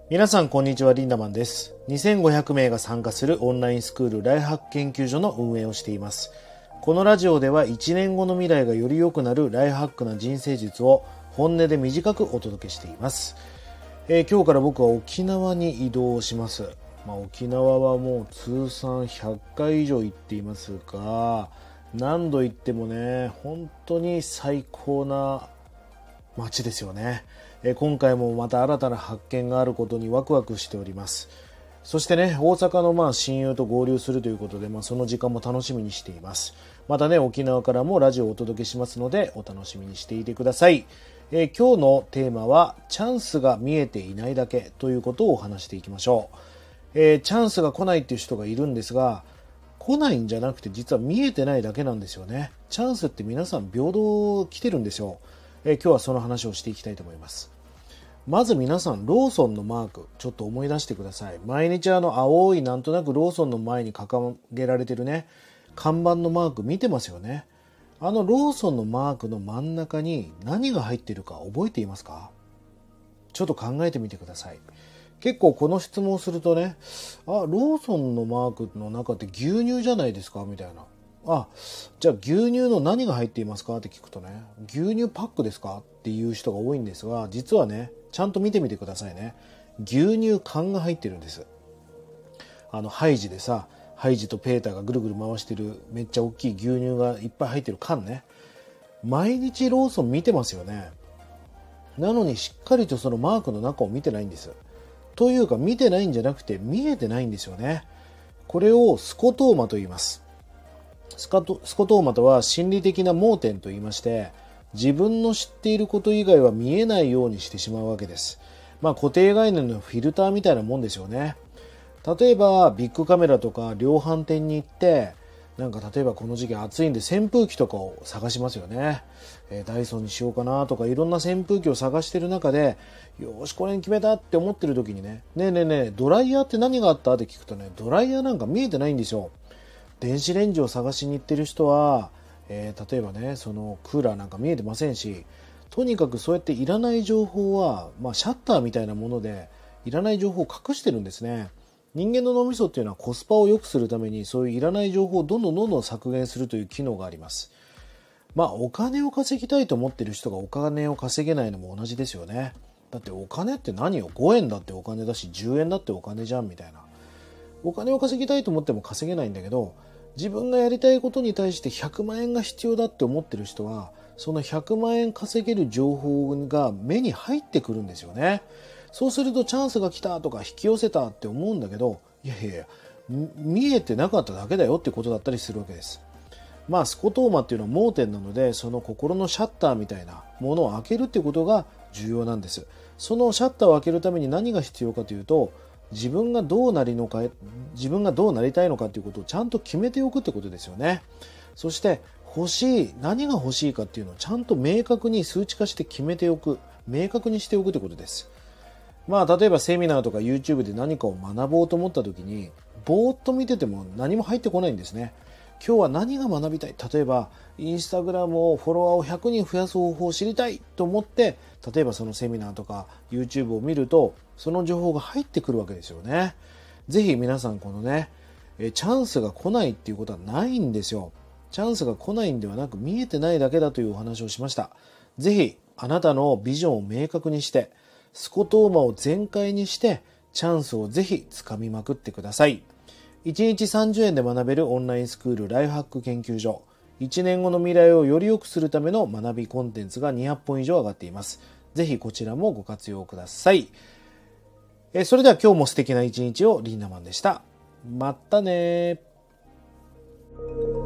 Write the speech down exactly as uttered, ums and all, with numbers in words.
皆さんこんにちは、リンダマンです。にせんごひゃくめいが参加するオンラインスクールライフハック研究所の運営をしています。このラジオではいちねんごの未来がより良くなるライフハックな人生術を本音で短くお届けしています。えー、今日から僕は沖縄に移動します。まあ、沖縄はもう通算ひゃっかい以上行っていますが、何度行ってもね、本当に最高な街ですよね。えー、今回もまた新たな発見があることにワクワクしております。そしてね、大阪のまあ親友と合流するということで、まあ、その時間も楽しみにしています。またね、沖縄からもラジオをお届けしますので、お楽しみにしていてください。えー、今日のテーマは、チャンスが見えていないだけということをお話していきましょう。えー、チャンスが来ないっていう人がいるんですが、来ないんじゃなくて実は見えてないだけなんですよね。チャンスって皆さん平等来てるんですよ。えー、今日はその話をしていきたいと思います。まず皆さん、ローソンのマーク、ちょっと思い出してください。毎日あの青いなんとなくローソンの前に掲げられてるね、看板のマーク見てますよね。あのローソンのマークの真ん中に何が入っているか覚えていますか？ちょっと考えてみてください。結構この質問をするとね、あ、ローソンのマークの中って牛乳じゃないですかみたいな。あ、じゃあ牛乳の何が入っていますかって聞くとね、牛乳パックですかっていう人が多いんですが、実はね、ちゃんと見てみてくださいね。牛乳缶が入ってるんです。あのハイジでさ、ハイジとペーターがぐるぐる回してるめっちゃ大きい牛乳がいっぱい入ってる缶ね。毎日ローソン見てますよね。なのにしっかりとそのマークの中を見てないんです。というか見てないんじゃなくて見えてないんですよね。これをスコトーマと言います。スカトスコトーマとは心理的な盲点と言いまして、自分の知っていること以外は見えないようにしてしまうわけです。まあ固定概念のフィルターみたいなもんですよね。例えばビッグカメラとか量販店に行って、なんか例えばこの時期暑いんで扇風機とかを探しますよね。えー、ダイソンにしようかなとかいろんな扇風機を探してる中で、よしこれに決めたって思ってる時にね、ねえねえねえドライヤーって何があったって聞くとね、ドライヤーなんか見えてないんですよ。電子レンジを探しに行ってる人は、えー、例えばね、そのクーラーなんか見えてませんし、とにかくそうやっていらない情報は、まあ、シャッターみたいなものでいらない情報を隠してるんですね。人間の脳みそっていうのはコスパを良くするためにそういういらない情報をどんどんどんどん削減するという機能があります。まあお金を稼ぎたいと思ってる人がお金を稼げないのも同じですよね。だってお金って何よ、ごえんだってお金だしじゅうえんだってお金じゃんみたいな。お金を稼ぎたいと思っても稼げないんだけど、自分がやりたいことに対してひゃくまんえんが必要だって思ってる人は、そのひゃくまんえん稼げる情報が目に入ってくるんですよね。そうするとチャンスが来たとか引き寄せたって思うんだけど、いやいやいや、見えてなかっただけだよってことだったりするわけです。まあスコトーマっていうのは盲点なので、その心のシャッターみたいなものを開けるっていうことが重要なんです。そのシャッターを開けるために何が必要かというと、自分がどうなりのか、自分がどうなりたいのかということをちゃんと決めておくってことですよね。そして欲しい、何が欲しいかっていうのをちゃんと明確に数値化して決めておく、明確にしておくってことです。まあ例えばセミナーとか YouTube で何かを学ぼうと思った時に、ぼーっと見てても何も入ってこないんですね。今日は何が学びたい、例えばインスタグラムをフォロワーをひゃくにん増やす方法を知りたいと思って、例えばそのセミナーとか YouTube を見るとその情報が入ってくるわけですよね。ぜひ皆さんこのね、チャンスが来ないっていうことはないんですよ。チャンスが来ないんではなく見えてないだけだというお話をしました。ぜひあなたのビジョンを明確にして、スコトーマを全開にしてチャンスをぜひつかみまくってください。いちにちさんじゅうえんで学べるオンラインスクールライフハック研究所。いちねんごの未来をより良くするための学びコンテンツがにひゃっぽん以上上がっています。ぜひこちらもご活用ください。えそれでは今日も素敵な一日を、リンダマンでした。またね。